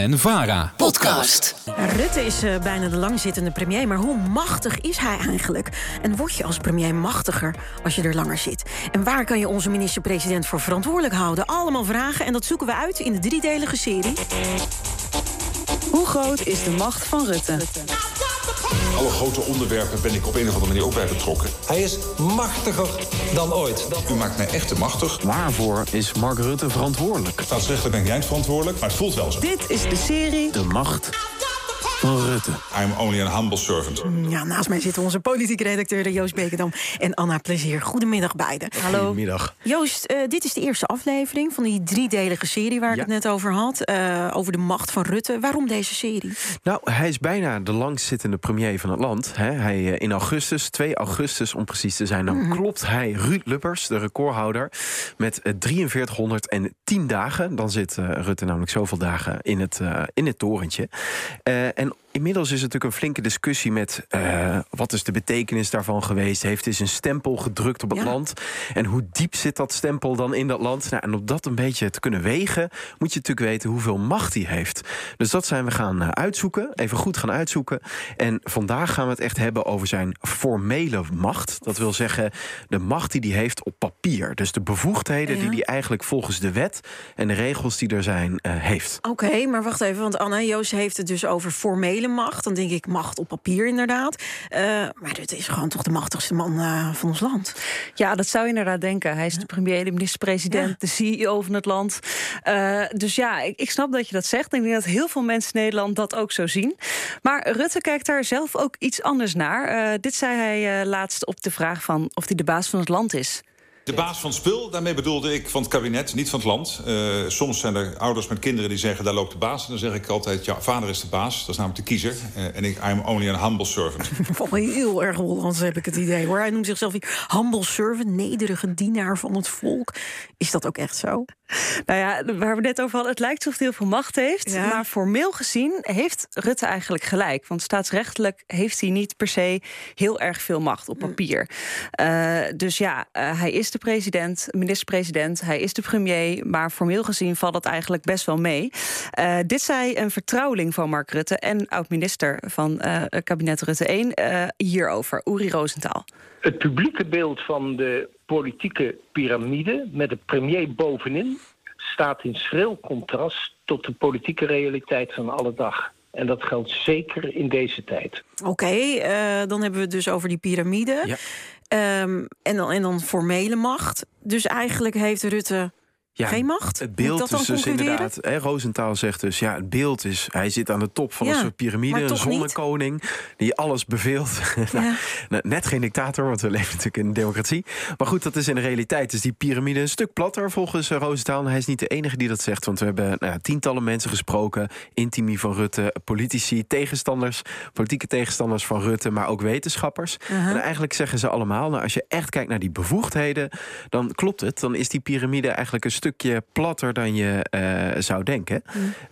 en VARA Podcast. Rutte is bijna de langzittende premier, maar hoe machtig is hij eigenlijk? En word je als premier machtiger als je er langer zit? En waar kan je onze minister-president voor verantwoordelijk houden? Allemaal vragen en dat zoeken we uit in de driedelige serie. Hoe groot is de macht van Rutte? Alle grote onderwerpen ben ik op een of andere manier ook bij betrokken. Hij is machtiger dan ooit. U maakt mij echt te machtig. Waarvoor is Mark Rutte verantwoordelijk? Staatsrechtelijk ben ik niet eindverantwoordelijk, maar het voelt wel zo. Dit is de serie De macht van Rutte. I'm only a humble servant. Ja, naast mij zitten onze politiek redacteur Joost Bekendam en Anna Plezier. Goedemiddag beiden. Hallo. Goedemiddag. Joost, dit is de eerste aflevering van die driedelige serie waar ik het net over had. Over de macht van Rutte. Waarom deze serie? Nou, hij is bijna de langstzittende premier van het land. Hij in augustus, 2 augustus om precies te zijn, dan klopt hij Ruud Lubbers, de recordhouder, met 4310 dagen. Dan zit Rutte namelijk zoveel dagen in het torentje. En inmiddels is het natuurlijk een flinke discussie met wat is de betekenis daarvan geweest? Heeft hij zijn stempel gedrukt op het land? En hoe diep zit dat stempel dan in dat land? Nou, en om dat een beetje te kunnen wegen, moet je natuurlijk weten hoeveel macht hij heeft. Dus dat zijn we gaan uitzoeken, even goed gaan uitzoeken. En vandaag gaan we het echt hebben over zijn formele macht. Dat wil zeggen de macht die hij heeft op papier. Dus de bevoegdheden die hij eigenlijk volgens de wet en de regels die er zijn heeft. Oké, maar wacht even, want Anna, Joost heeft het dus over formele macht. Dan denk ik macht op papier inderdaad. Maar Rutte is gewoon toch de machtigste man van ons land. Ja, dat zou je inderdaad denken. Hij is de premier, de minister-president, de CEO van het land. Dus ja, ik snap dat je dat zegt. Ik denk dat heel veel mensen in Nederland dat ook zo zien. Maar Rutte kijkt daar zelf ook iets anders naar. Dit zei hij laatst op de vraag van of hij de baas van het land is. De baas van het spul, daarmee bedoelde ik van het kabinet, niet van het land. Soms zijn er ouders met kinderen die zeggen, daar loopt de baas. En dan zeg ik altijd, ja, vader is de baas. Dat is namelijk de kiezer. En I'm only a humble servant. Heel erg Hollands heb ik het idee, hoor. Hij noemt zichzelf humble servant, nederige dienaar van het volk. Is dat ook echt zo? Nou ja, waar we net over hadden, het lijkt alsof hij heel veel macht heeft. Ja. Maar formeel gezien heeft Rutte eigenlijk gelijk. Want staatsrechtelijk heeft hij niet per se heel erg veel macht op papier. Dus ja, hij is de president, minister-president, hij is de premier. Maar formeel gezien valt dat eigenlijk best wel mee. Dit zei een vertrouweling van Mark Rutte en oud-minister van kabinet Rutte 1 hierover, Uri Rosenthal. Het publieke beeld van de politieke piramide met de premier bovenin staat in schril contrast tot de politieke realiteit van alle dag. En dat geldt zeker in deze tijd. Oké, dan hebben we het dus over die piramide. Ja. En dan formele macht. Dus eigenlijk heeft Rutte geen macht? Het beeld is dus inderdaad, Rosenthal zegt dus, ja, het beeld is, hij zit aan de top van een soort piramide, een zonnekoning die alles beveelt. Net geen dictator, want we leven natuurlijk in een democratie. Maar goed, dat is in de realiteit. Is die piramide een stuk platter volgens Rosenthal. En hij is niet de enige die dat zegt, want we hebben tientallen mensen gesproken, intimi van Rutte, politici, politieke tegenstanders van Rutte, maar ook wetenschappers. En eigenlijk zeggen ze allemaal, als je echt kijkt naar die bevoegdheden, dan klopt het. Dan is die piramide eigenlijk een stukje platter dan je zou denken.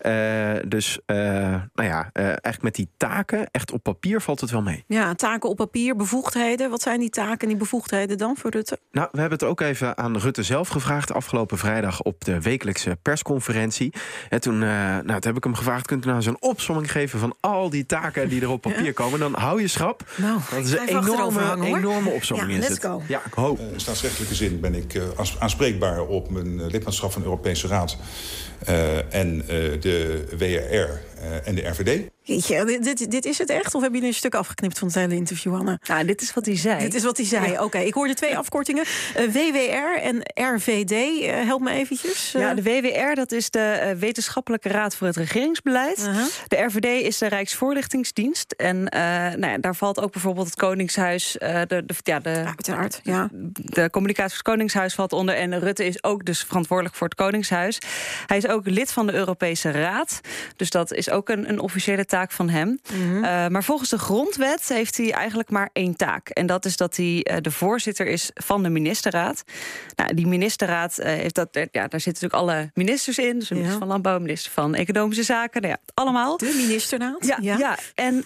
Eigenlijk met die taken, echt op papier valt het wel mee. Ja, taken op papier, bevoegdheden. Wat zijn die taken en die bevoegdheden dan voor Rutte? Nou, we hebben het ook even aan Rutte zelf gevraagd afgelopen vrijdag op de wekelijkse persconferentie. En toen heb ik hem gevraagd, kunt u nou eens een opsomming geven van al die taken die er op papier komen? Dan hou je schrap. Nou, dat is een enorme opsomming. Ja, let's go. Ja, ik hoop. In staatsrechtelijke zin ben ik aanspreekbaar op mijn lidmaatschap van de Europese Raad en de WRR en de RVD. Jeetje, dit is het echt? Of hebben jullie een stuk afgeknipt van het hele interview, Anne? Nou, dit is wat hij zei. Dit is wat hij zei, oké. Ik hoorde 2 afkortingen. WWR en RVD. Help me eventjes. Ja, de WWR, dat is de Wetenschappelijke Raad voor het Regeringsbeleid. De RVD is de Rijksvoorlichtingsdienst. En daar valt ook bijvoorbeeld het Koningshuis. Uiteraard, ja. De communicatie van het Koningshuis valt onder. En Rutte is ook dus verantwoordelijk voor het Koningshuis. Hij is ook lid van de Europese Raad. Dus dat is is ook een officiële taak van hem. Maar volgens de grondwet heeft hij eigenlijk maar 1 taak. En dat is dat hij de voorzitter is van de ministerraad. Nou, die ministerraad heeft dat. Daar zitten natuurlijk alle ministers in. Dus de minister van Landbouw, de minister van Economische Zaken. Nou ja, allemaal. De ministerraad? Ja. En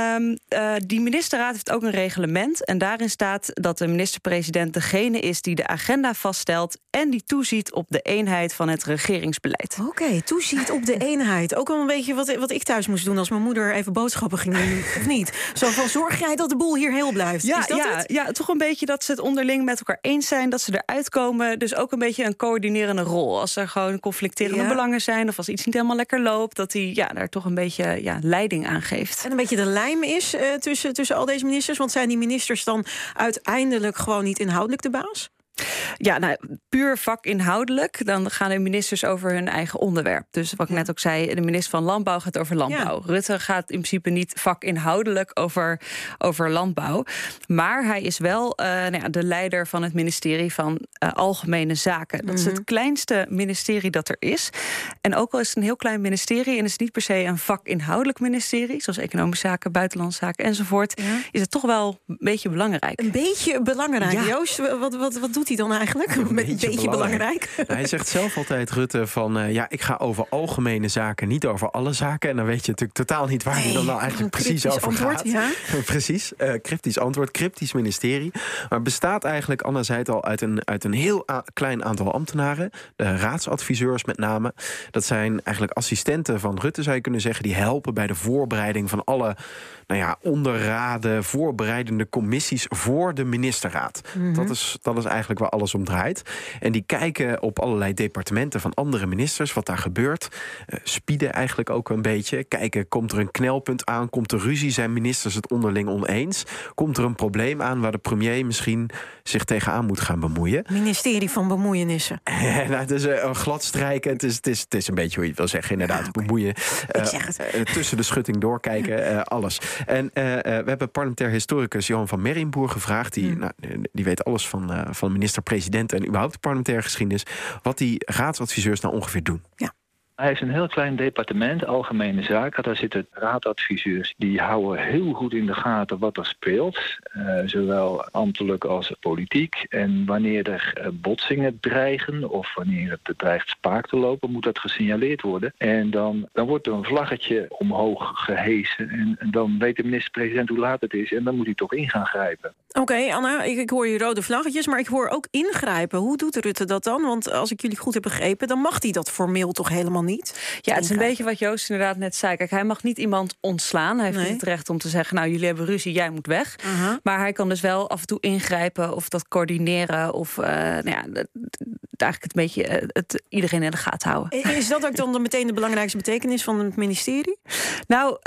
die ministerraad heeft ook een reglement. En daarin staat dat de minister-president degene is die de agenda vaststelt en die toeziet op de eenheid van het regeringsbeleid. Oké, toeziet op de eenheid. Ook wel een beetje wat ik thuis moest doen als mijn moeder even boodschappen ging doen, of niet? Zo van, zorg jij dat de boel hier heel blijft? Is dat het? Ja, toch een beetje dat ze het onderling met elkaar eens zijn, dat ze eruit komen. Dus ook een beetje een coördinerende rol. Als er gewoon conflicterende belangen zijn of als iets niet helemaal lekker loopt, dat hij daar toch een beetje leiding aan geeft. En een beetje de lijm is tussen al deze ministers, want zijn die ministers dan uiteindelijk gewoon niet inhoudelijk de baas? Ja, nou, puur vakinhoudelijk. Dan gaan de ministers over hun eigen onderwerp. Dus wat ik net ook zei, de minister van Landbouw gaat over landbouw. Ja. Rutte gaat in principe niet vakinhoudelijk over landbouw. Maar hij is wel de leider van het ministerie van Algemene Zaken. Dat is het kleinste ministerie dat er is. En ook al is het een heel klein ministerie en is het niet per se een vakinhoudelijk ministerie, zoals Economische Zaken, Buitenlandse Zaken enzovoort, is het toch wel een beetje belangrijk. Een beetje belangrijk, ja. Joost, wat doet hij dan eigenlijk? Een beetje belangrijk. Hij zegt zelf altijd, Rutte, van ik ga over algemene zaken, niet over alle zaken. En dan weet je natuurlijk totaal niet waar hij dan nou eigenlijk precies over gaat. Ja? Precies, cryptisch antwoord, cryptisch ministerie. Maar bestaat eigenlijk, Anna zei het al, uit een heel klein aantal ambtenaren. De raadsadviseurs met name. Dat zijn eigenlijk assistenten van Rutte, zou je kunnen zeggen. Die helpen bij de voorbereiding van alle onderraden, voorbereidende commissies voor de ministerraad. Dat is eigenlijk waar alles om draait. En die kijken op allerlei departementen van andere ministers, wat daar gebeurt. Spieden eigenlijk ook een beetje. Kijken, komt er een knelpunt aan? Komt er ruzie? Zijn ministers het onderling oneens? Komt er een probleem aan waar de premier misschien zich tegenaan moet gaan bemoeien? Ministerie van Bemoeienissen. Het is een gladstrijken. Het is een beetje hoe je het wil zeggen, inderdaad. Bemoeien. Tussen de schutting doorkijken, alles. En we hebben parlementair historicus Johan van Merrienboer gevraagd. Die weet alles van minister-president en überhaupt de parlementaire geschiedenis. Wat die raadsadviseurs nou ongeveer doen. Ja. Hij heeft een heel klein departement, Algemene Zaken. Daar zitten raadadviseurs. Die houden heel goed in de gaten wat er speelt. Zowel ambtelijk als politiek. En wanneer er botsingen dreigen of wanneer het dreigt spaak te lopen, moet dat gesignaleerd worden. En dan wordt er een vlaggetje omhoog gehesen. En dan weet de minister-president hoe laat het is. En dan moet hij toch in gaan grijpen. Oké, Anna, ik hoor je rode vlaggetjes, maar ik hoor ook ingrijpen. Hoe doet Rutte dat dan? Want als ik jullie goed heb begrepen, dan mag hij dat formeel toch helemaal niet? Ja, het is een beetje wat Joost inderdaad net zei. Kijk, hij mag niet iemand ontslaan. Hij heeft niet het recht om te zeggen, nou, jullie hebben ruzie, jij moet weg. Maar hij kan dus wel af en toe ingrijpen of dat coördineren of eigenlijk een beetje iedereen in de gaten houden. Is dat ook dan meteen de belangrijkste betekenis van het ministerie? Nou,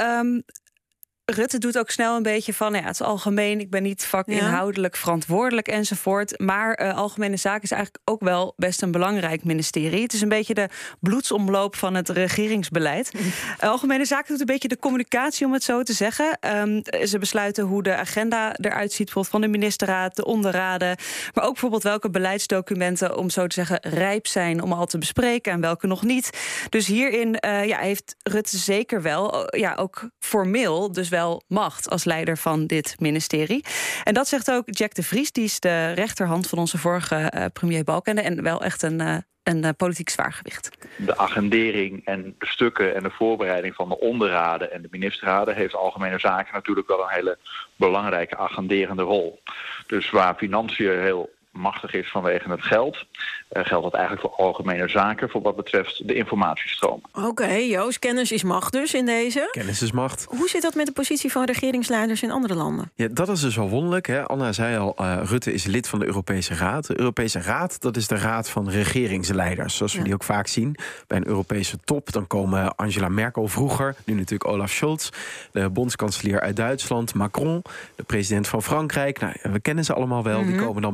Rutte doet ook snel een beetje van, het is algemeen, ik ben niet vakinhoudelijk verantwoordelijk enzovoort. Maar Algemene Zaken is eigenlijk ook wel best een belangrijk ministerie. Het is een beetje de bloedsomloop van het regeringsbeleid. Algemene Zaken doet een beetje de communicatie, om het zo te zeggen. Ze besluiten hoe de agenda eruit ziet, bijvoorbeeld van de ministerraad, de onderraden. Maar ook bijvoorbeeld welke beleidsdocumenten, om zo te zeggen, rijp zijn om al te bespreken en welke nog niet. Dus hierin heeft Rutte zeker wel, ook formeel, dus wel macht als leider van dit ministerie. En dat zegt ook Jack de Vries, die is de rechterhand van onze vorige premier Balkenende en wel echt een politiek zwaargewicht. De agendering en de stukken en de voorbereiding van de onderraden en de ministerraden heeft Algemene Zaken natuurlijk wel een hele belangrijke agenderende rol. Dus waar financiën heel machtig is vanwege het geld, geldt dat eigenlijk voor Algemene Zaken voor wat betreft de informatiestroom. Oké, Joost, kennis is macht dus in deze. Kennis is macht. Hoe zit dat met de positie van regeringsleiders in andere landen? Ja, dat is dus wel wonderlijk. Hè? Anna zei al, Rutte is lid van de Europese Raad. De Europese Raad, dat is de raad van regeringsleiders. Zoals we die ook vaak zien bij een Europese top. Dan komen Angela Merkel vroeger, nu natuurlijk Olaf Scholz, de bondskanselier uit Duitsland, Macron, de president van Frankrijk. Nou, we kennen ze allemaal wel. Die komen dan bijeen in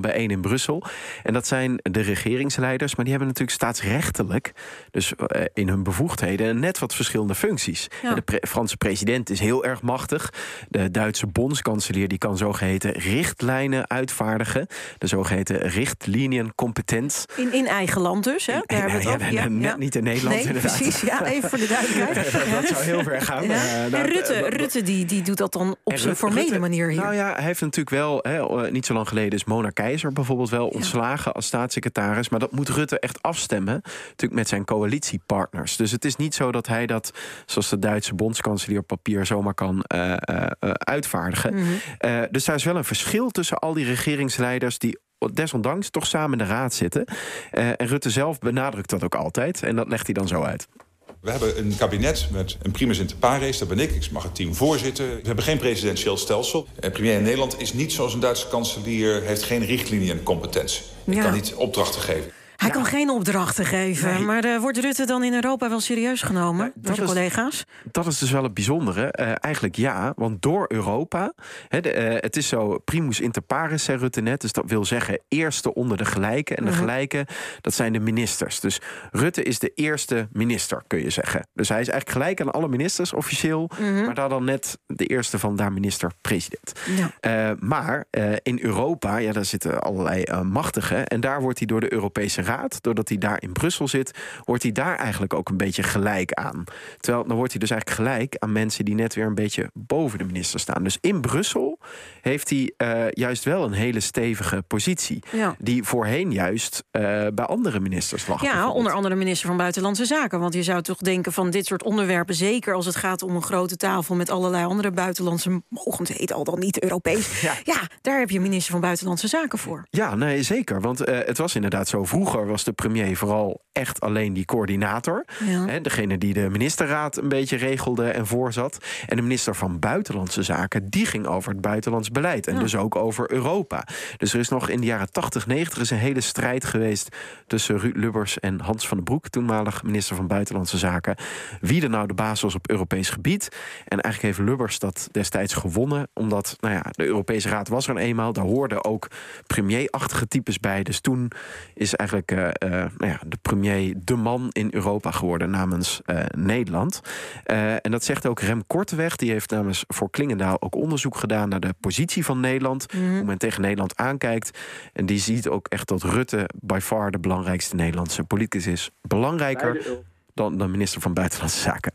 Brussel. En dat zijn de regeringsleiders, maar die hebben natuurlijk staatsrechtelijk, dus in hun bevoegdheden, net wat verschillende functies. Ja. De Franse president is heel erg machtig. De Duitse bondskanselier die kan zogeheten richtlijnen uitvaardigen. De zogeheten richtlijnencompetent. In eigen land dus, hè? Daar hebben we het over. Net niet in Nederland, nee, inderdaad. Precies, ja, even voor de duidelijkheid. Dat zou heel ver gaan. Ja. En Rutte die doet dat dan op zijn formele manier hier. Nou ja, hij heeft natuurlijk wel, niet zo lang geleden is Mona Keizer bijvoorbeeld wel ontslagen als staatssecretaris. Maar dat moet Rutte echt afstemmen, natuurlijk met zijn coalitiepartners. Dus het is niet zo dat hij dat, zoals de Duitse bondskanselier op papier, zomaar kan uitvaardigen. Mm-hmm. Dus daar is wel een verschil tussen al die regeringsleiders die desondanks toch samen in de raad zitten. En Rutte zelf benadrukt dat ook altijd. En dat legt hij dan zo uit. We hebben een kabinet met een primus inter pares, dat ben ik. Ik mag het team voorzitten. We hebben geen presidentieel stelsel. Een premier in Nederland is niet zoals een Duitse kanselier, heeft geen richtlijnencompetentie. Ik kan niet opdrachten geven. Hij kan geen opdrachten geven, nee. Maar wordt Rutte dan in Europa wel serieus genomen door zijn collega's? Dat is dus wel het bijzondere. Eigenlijk ja, want door Europa, het is zo primus inter pares, zei Rutte net, dus dat wil zeggen eerste onder de gelijken. En de gelijken, dat zijn de ministers. Dus Rutte is de eerste minister, kun je zeggen. Dus hij is eigenlijk gelijk aan alle ministers, officieel, maar daar dan net de eerste van daar minister-president. Ja. Maar in Europa, daar zitten allerlei machtigen, en daar wordt hij door de Europese Raad, doordat hij daar in Brussel zit, wordt hij daar eigenlijk ook een beetje gelijk aan. Terwijl dan wordt hij dus eigenlijk gelijk aan mensen die net weer een beetje boven de minister staan. Dus in Brussel heeft hij juist wel een hele stevige positie. Ja. Die voorheen juist bij andere ministers lag. Ja, onder andere minister van Buitenlandse Zaken. Want je zou toch denken van dit soort onderwerpen, zeker als het gaat om een grote tafel met allerlei andere buitenlandse mogendheden, al dan niet Europees. Ja, daar heb je minister van Buitenlandse Zaken voor. Ja, nee, zeker. Want het was inderdaad zo. Vroeger was de premier vooral echt alleen die coördinator. Ja. Degene die de ministerraad een beetje regelde en voorzat. En de minister van Buitenlandse Zaken, die ging over het buitenlands beleid. En dus ook over Europa. Dus er is nog in de jaren 80, 90 is een hele strijd geweest tussen Ruud Lubbers en Hans van den Broek, toenmalig minister van Buitenlandse Zaken. Wie er nou de baas was op Europees gebied. En eigenlijk heeft Lubbers dat destijds gewonnen, omdat de Europese Raad was er eenmaal. Daar hoorden ook premierachtige types bij. Dus toen is eigenlijk de premier de man in Europa geworden namens Nederland. En dat zegt ook Rem Korteweg. Die heeft namens voor Klingendaal ook onderzoek gedaan naar de positie van Nederland. Hoe men tegen Nederland aankijkt. En die ziet ook echt dat Rutte by far de belangrijkste Nederlandse politicus is. Belangrijker dan de minister van Buitenlandse Zaken.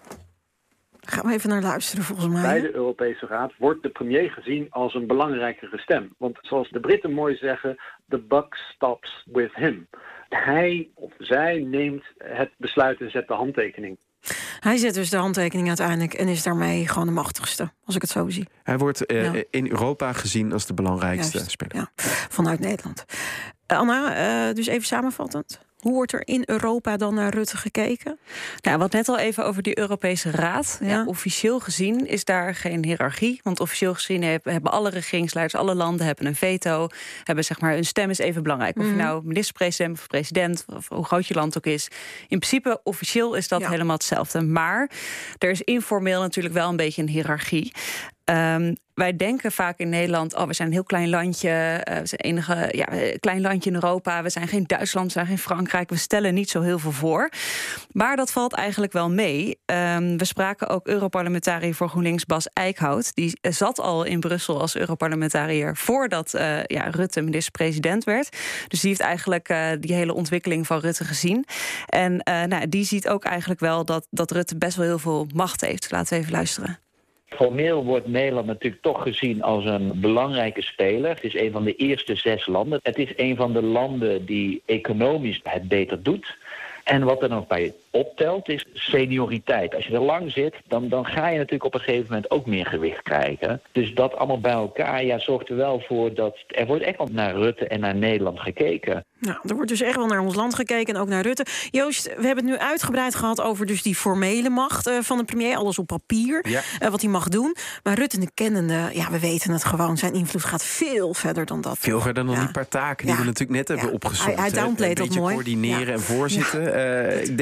Gaan we even naar luisteren, volgens mij. Bij de Europese Raad wordt de premier gezien als een belangrijkere stem. Want zoals de Britten mooi zeggen, the buck stops with him. Hij of zij neemt het besluit en zet de handtekening. Hij zet dus de handtekening uiteindelijk en is daarmee gewoon de machtigste, als ik het zo zie. Hij wordt in Europa gezien als de belangrijkste speler. Ja, vanuit Nederland. Anna, dus even samenvattend. Hoe wordt er in Europa dan naar Rutte gekeken? Nou, wat net al even over die Europese Raad. Ja, officieel gezien is daar geen hiërarchie. Want officieel gezien hebben alle regeringsleiders, alle landen hebben een veto. Hebben zeg maar, hun stem is even belangrijk. Of je nou minister-president of president, of hoe groot je land ook is. In principe, officieel is dat helemaal hetzelfde. Maar er is informeel natuurlijk wel een beetje een hiërarchie. Wij denken vaak in Nederland, we zijn een heel klein landje. We zijn enige klein landje in Europa. We zijn geen Duitsland, we zijn geen Frankrijk. We stellen niet zo heel veel voor. Maar dat valt eigenlijk wel mee. We spraken ook Europarlementariër voor GroenLinks Bas Eickhout. Die zat al in Brussel als Europarlementariër voordat Rutte minister-president werd. Dus die heeft eigenlijk die hele ontwikkeling van Rutte gezien. En die ziet ook eigenlijk wel dat Rutte best wel heel veel macht heeft. Laten we even luisteren. Formeel wordt Nederland natuurlijk toch gezien als een belangrijke speler. Het is een van de eerste 6 landen. Het is een van de landen die economisch het beter doet. En wat er nog bij optelt is senioriteit. Als je er lang zit, dan ga je natuurlijk op een gegeven moment ook meer gewicht krijgen. Dus dat allemaal bij elkaar zorgt er wel voor dat er wordt echt wel naar Rutte en naar Nederland gekeken. Nou, er wordt dus echt wel naar ons land gekeken en ook naar Rutte. Joost, we hebben het nu uitgebreid gehad over dus die formele macht van de premier. Alles op papier, wat hij mag doen. Maar Rutte de kennende, we weten het gewoon. Zijn invloed gaat veel verder dan dat. Veel verder dan die paar taken die we natuurlijk net hebben opgezocht. Hij downplayt dat mooi. Coördineren en voorzitten. Ik denk dat zijn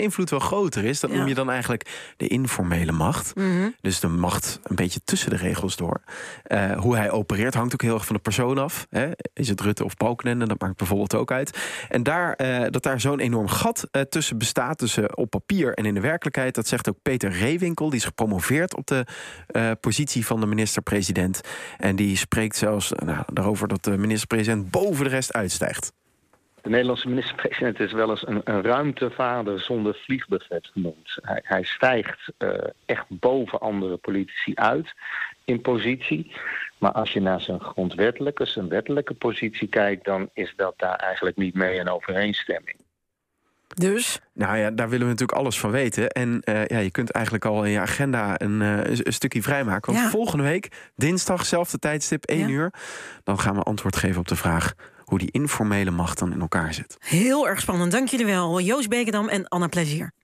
invloed wel groter is. Dat noem je dan eigenlijk de informele macht. Mm-hmm. Dus de macht een beetje tussen de regels door. Hoe hij opereert hangt ook heel erg van de persoon af. Hè? Is het Rutte of Balkenende? Dat maakt bijvoorbeeld ook uit. En dat daar zo'n enorm gat tussen bestaat, tussen op papier en in de werkelijkheid, dat zegt ook Peter Reewinkel. Die is gepromoveerd op de positie van de minister-president. En die spreekt zelfs daarover dat de minister-president boven de rest uitstijgt. De Nederlandse minister-president is wel eens een ruimtevader zonder vliegbuffet genoemd. Hij stijgt echt boven andere politici uit in positie. Maar als je naar zijn wettelijke positie kijkt, dan is dat daar eigenlijk niet mee in overeenstemming. Dus? Nou ja, daar willen we natuurlijk alles van weten. En je kunt eigenlijk al in je agenda een stukje vrijmaken. Want volgende week, dinsdag, zelfde tijdstip, 1 uur... dan gaan we antwoord geven op de vraag hoe die informele macht dan in elkaar zit. Heel erg spannend, dank jullie wel. Joost Beekendam en Anna Plezier.